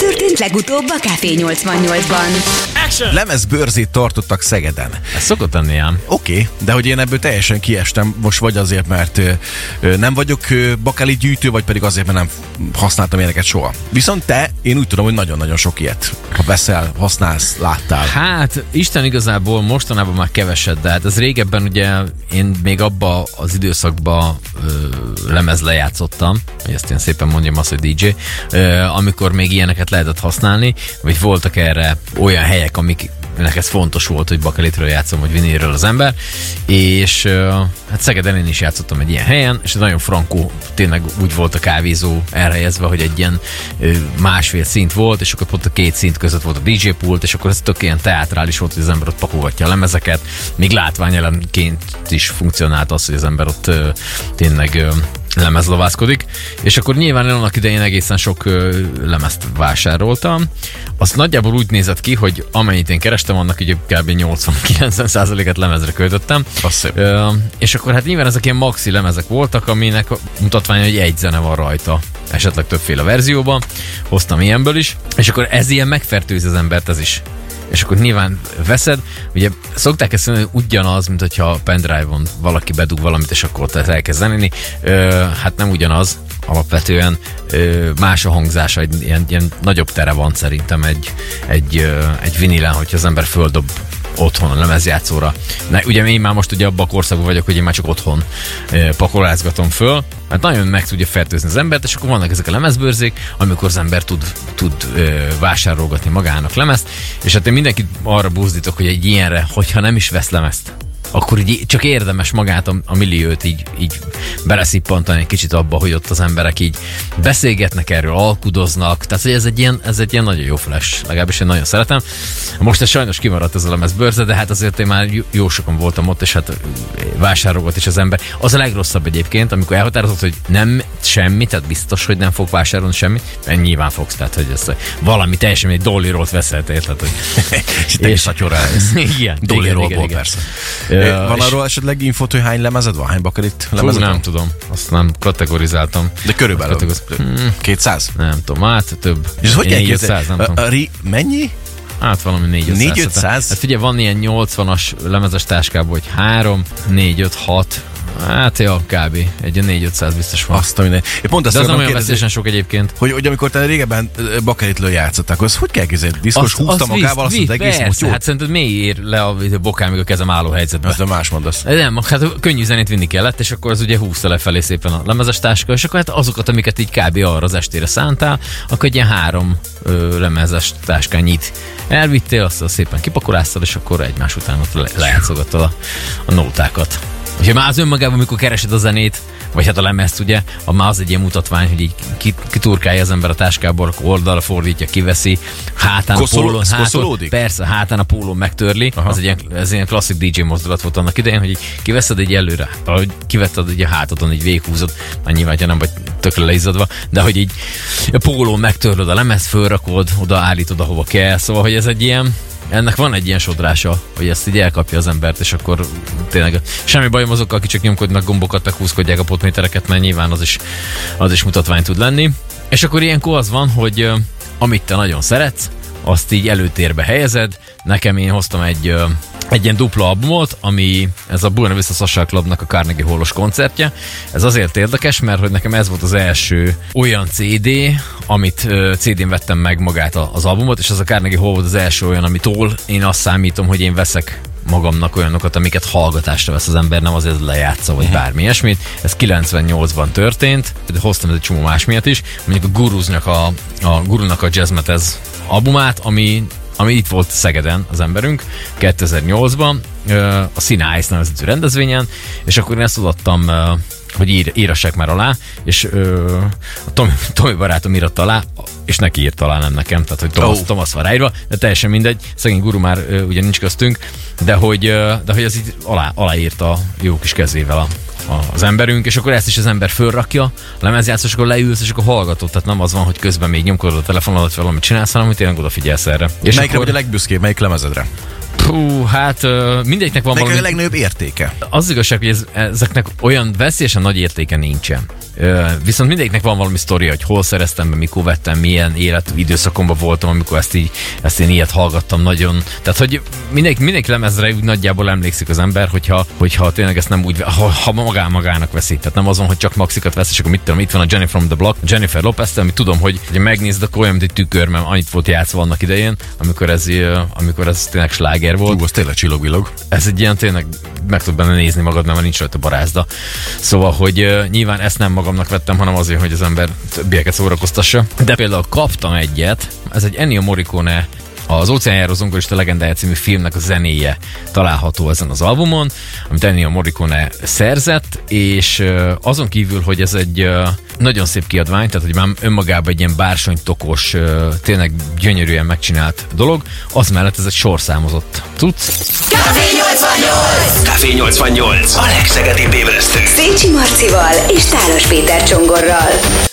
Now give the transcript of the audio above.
történt legutóbb a Café 88-ban? Lemezbőrzét tartottak Szegeden. Ez szokott lenni ám. Oké, de hogy én ebből teljesen kiestem, most vagy azért, mert nem vagyok bakelit gyűjtő, vagy pedig azért, mert nem használtam ilyeneket soha. Viszont te, én úgy tudom, hogy nagyon-nagyon sok ilyet. Ha veszel, használsz, láttál. Hát, Isten igazából mostanában már keveset, de hát ez régebben ugye én még abba az időszakban lemez lejátszottam, hogy ezt én szépen mondjam azt, hogy DJ, amikor még ilyeneket lehetett használni, vagy voltak erre olyan helyek, amiknek ez fontos volt, hogy bakelitről játszom, vagy vinilről az ember, és hát Szegeden én is játszottam egy ilyen helyen, és nagyon frankó, tényleg úgy volt a kávézó elhelyezve, hogy egy ilyen másfél szint volt, és akkor pont a két szint között volt a DJ pult, és akkor ez tök ilyen teátrális volt, hogy az ember ott pakolgatja a lemezeket, még látványelemként is funkcionált az, hogy az ember ott tényleg lemezlovászkodik, és akkor nyilván én annak idején egészen sok lemezt vásároltam. Azt nagyjából úgy nézett ki, hogy amennyit én kerestem, annak ugye kb. 80-90%-et lemezre költöttem. És akkor hát nyilván ezek ilyen maxi lemezek voltak, aminek mutatványa, hogy egy zene van rajta, esetleg többféle verzióban. Hoztam ilyenből is, és akkor ez ilyen megfertőzi az embert, ez is. És akkor nyilván veszed, ugye szokták ezt mondani, hogy ugyanaz, mint hogyha a pendrive-on valaki bedug valamit, és akkor te elkezd zenélni. Hát nem ugyanaz, alapvetően más a hangzása, ilyen nagyobb tere van szerintem egy vinilen, hogyha az ember földob otthon a lemezjátszóra. Ugye én már most ugye abban a korszakban vagyok, hogy én már csak otthon pakolázgatom föl, mert nagyon meg tudja fertőzni az embert, és akkor vannak ezek a lemezbőrzék, amikor az ember tud vásárolgatni magának lemezt, és hát én mindenkit arra buzdítok, hogy egy ilyenre, hogyha nem is vesz lemezt, akkor így csak érdemes magát a milliót így beleszippantani egy kicsit abba, hogy ott az emberek így beszélgetnek erről, alkudoznak, tehát hogy ez egy ilyen nagyon jó flash, legalábbis én nagyon szeretem. Most ez sajnos kimaradt ez a lemezbőrze, de hát azért én már jó sokan voltam ott, és hát vásárolgat is az ember. Az a legrosszabb egyébként, amikor elhatározott, hogy nem semmi, tehát biztos, hogy nem fog vásárolni semmit, mert nyilván fogsz, tehát hogy ez valami teljesen egy Dolly-ról veszel, tehát hogy és szatyorra ez. Igen, Dolly-ról persze. Van arról esetleg infót, hogy hány lemezed van? Hány bakelit lemezed van? Nem tudom. Azt nem kategorizáltam. De körülbelül 200? Nem tudom, hát több. És ez hogy kell képzelni? Nem tudom. Mennyi? Hát valami 400. Hát figyelj, van ilyen 80-as lemezes táskából, hogy 3, 4, 5, 6, hát ja, kb. Egy 4-500 biztos van. Azt a minden. De az nem olyan veszélyesen sok egyébként. Hogy amikor te régebben bakelitről játszottál, akkor hogy kell képzelni? Diszkos húzta magával azt az egész motyót? Hát szerinted mély ér le a bokán, még a kezem álló helyzetbe. Azt más mondasz. Nem, hát könnyű zenét vinni kellett, és akkor az ugye húzta lefelé szépen a lemezes táska, és akkor hát azokat, amiket így kb. Arra az estére szántál, akkor egy ilyen 3 lemezes táskányit elvittél, azt szépen kipakoláztad, és akkor egymás után ott lejátszogattad a nótákat. És már az önmagában, amikor keresed a zenét, vagy hát a lemezt, ugye, már az egy ilyen mutatvány, hogy így kiturkálja az ember a táskából, akkor oldalra fordítja, kiveszi, hátán a pólón, persze, hátán a pólón megtörli. Ez ilyen klasszik DJ mozdulat volt annak idején, hogy így kiveszed egy előre, ahogy kivetted egy a hátadon, így véghúzod, már nyilván, ha nem vagy tökre leizzadva, de hogy így a pólón megtörlöd a lemez, fölrakod, oda állítod, ahova kell, szóval, hogy ez egy ilyen, ennek van egy ilyen sodrása, hogy ezt így elkapja az embert, és akkor tényleg semmi bajom azokkal, akik csak nyomkodnak gombokat, meg húzkodják a potmétereket, mert nyilván az is mutatvány tud lenni. És akkor ilyenkor az van, hogy amit te nagyon szeretsz, azt így előtérbe helyezed. Nekem én hoztam egy ilyen dupla albumot, ami ez a Buena Vista Social Clubnak a Carnegie Hallos koncertje. Ez azért érdekes, mert hogy nekem ez volt az első olyan CD, amit CD-n vettem meg magát az albumot, és az a Carnegie Hall volt az első olyan, amitől én azt számítom, hogy én veszek magamnak olyanokat, amiket hallgatásra vesz az ember, nem azért lejátsza, vagy bármi ilyesmit. Ez 98-ban történt, de hoztam egy csomó más miatt is, mondjuk a Gurunak a Jazz Metez albumát, ami itt volt Szegeden az emberünk 2008-ban, a Színe Ice nevezetű rendezvényen, és akkor én ezt odaadtam, hogy írassák már alá, és a Tomi barátom íratta alá, és neki írt alá, nem nekem, tehát hogy Thomas van ráírva, de teljesen mindegy, szegény Guru már ugye nincs köztünk, de hogy ez így aláírta jó kis kezével az emberünk, és akkor ezt is az ember fölrakja, lemezjátszó, és akkor leülsz, és akkor hallgatod, tehát nem az van, hogy közben még nyomkodod a telefonodat, valamit csinálsz, hanem hogy tényleg odafigyelsz erre. És melyikre vagy a legbüszkébb, melyik lemezedre? Hát mindegyiknek van valami... a legnagyobb értéke? Az igazság, hogy ezeknek olyan veszélyesen nagy értéke nincsen. Viszont mindegyiknek van valami sztoria, hogy hol szereztem be, mikor vettem, milyen életidőszakomban voltam, amikor ezt én ilyet hallgattam nagyon. Tehát, hogy mindenki lemezre úgy nagyjából emlékszik az ember, hogyha tényleg ezt nem úgy, ha magának veszi. Tehát nem azon, hogy csak maxikat vesz, és akkor mit tudom, itt van a Jenny from the Block, Jennifer Lopez, amit tudom, hogy megnézd, akkor olyan, mint egy tükör, mert annyit volt játszva annak idején, amikor ez tényleg sláger volt. Az tényleg csillog-villog. Ez egy ilyen tényleg meg tudod benne nézni magad, mert nincs rajta barázda. Szóval, hogy nyilván ezt nem magamnak vettem, hanem azért, hogy az ember többieket szórakoztassa. De például kaptam egyet, ez egy Ennio Morricone, az Óceánjáró zongorista legendája című filmnek a zenéje található ezen az albumon, amit Ennio Morricone szerzett, és azon kívül, hogy ez egy nagyon szép kiadvány, tehát hogy már önmagában egy ilyen bársonytokos, tényleg gyönyörűen megcsinált dolog, az mellett ez egy sorszámozott cucc. Café 88! Café 88, a legszegedibb ébresztő. Szécsi Marcival és Tálos Péter Csongorral.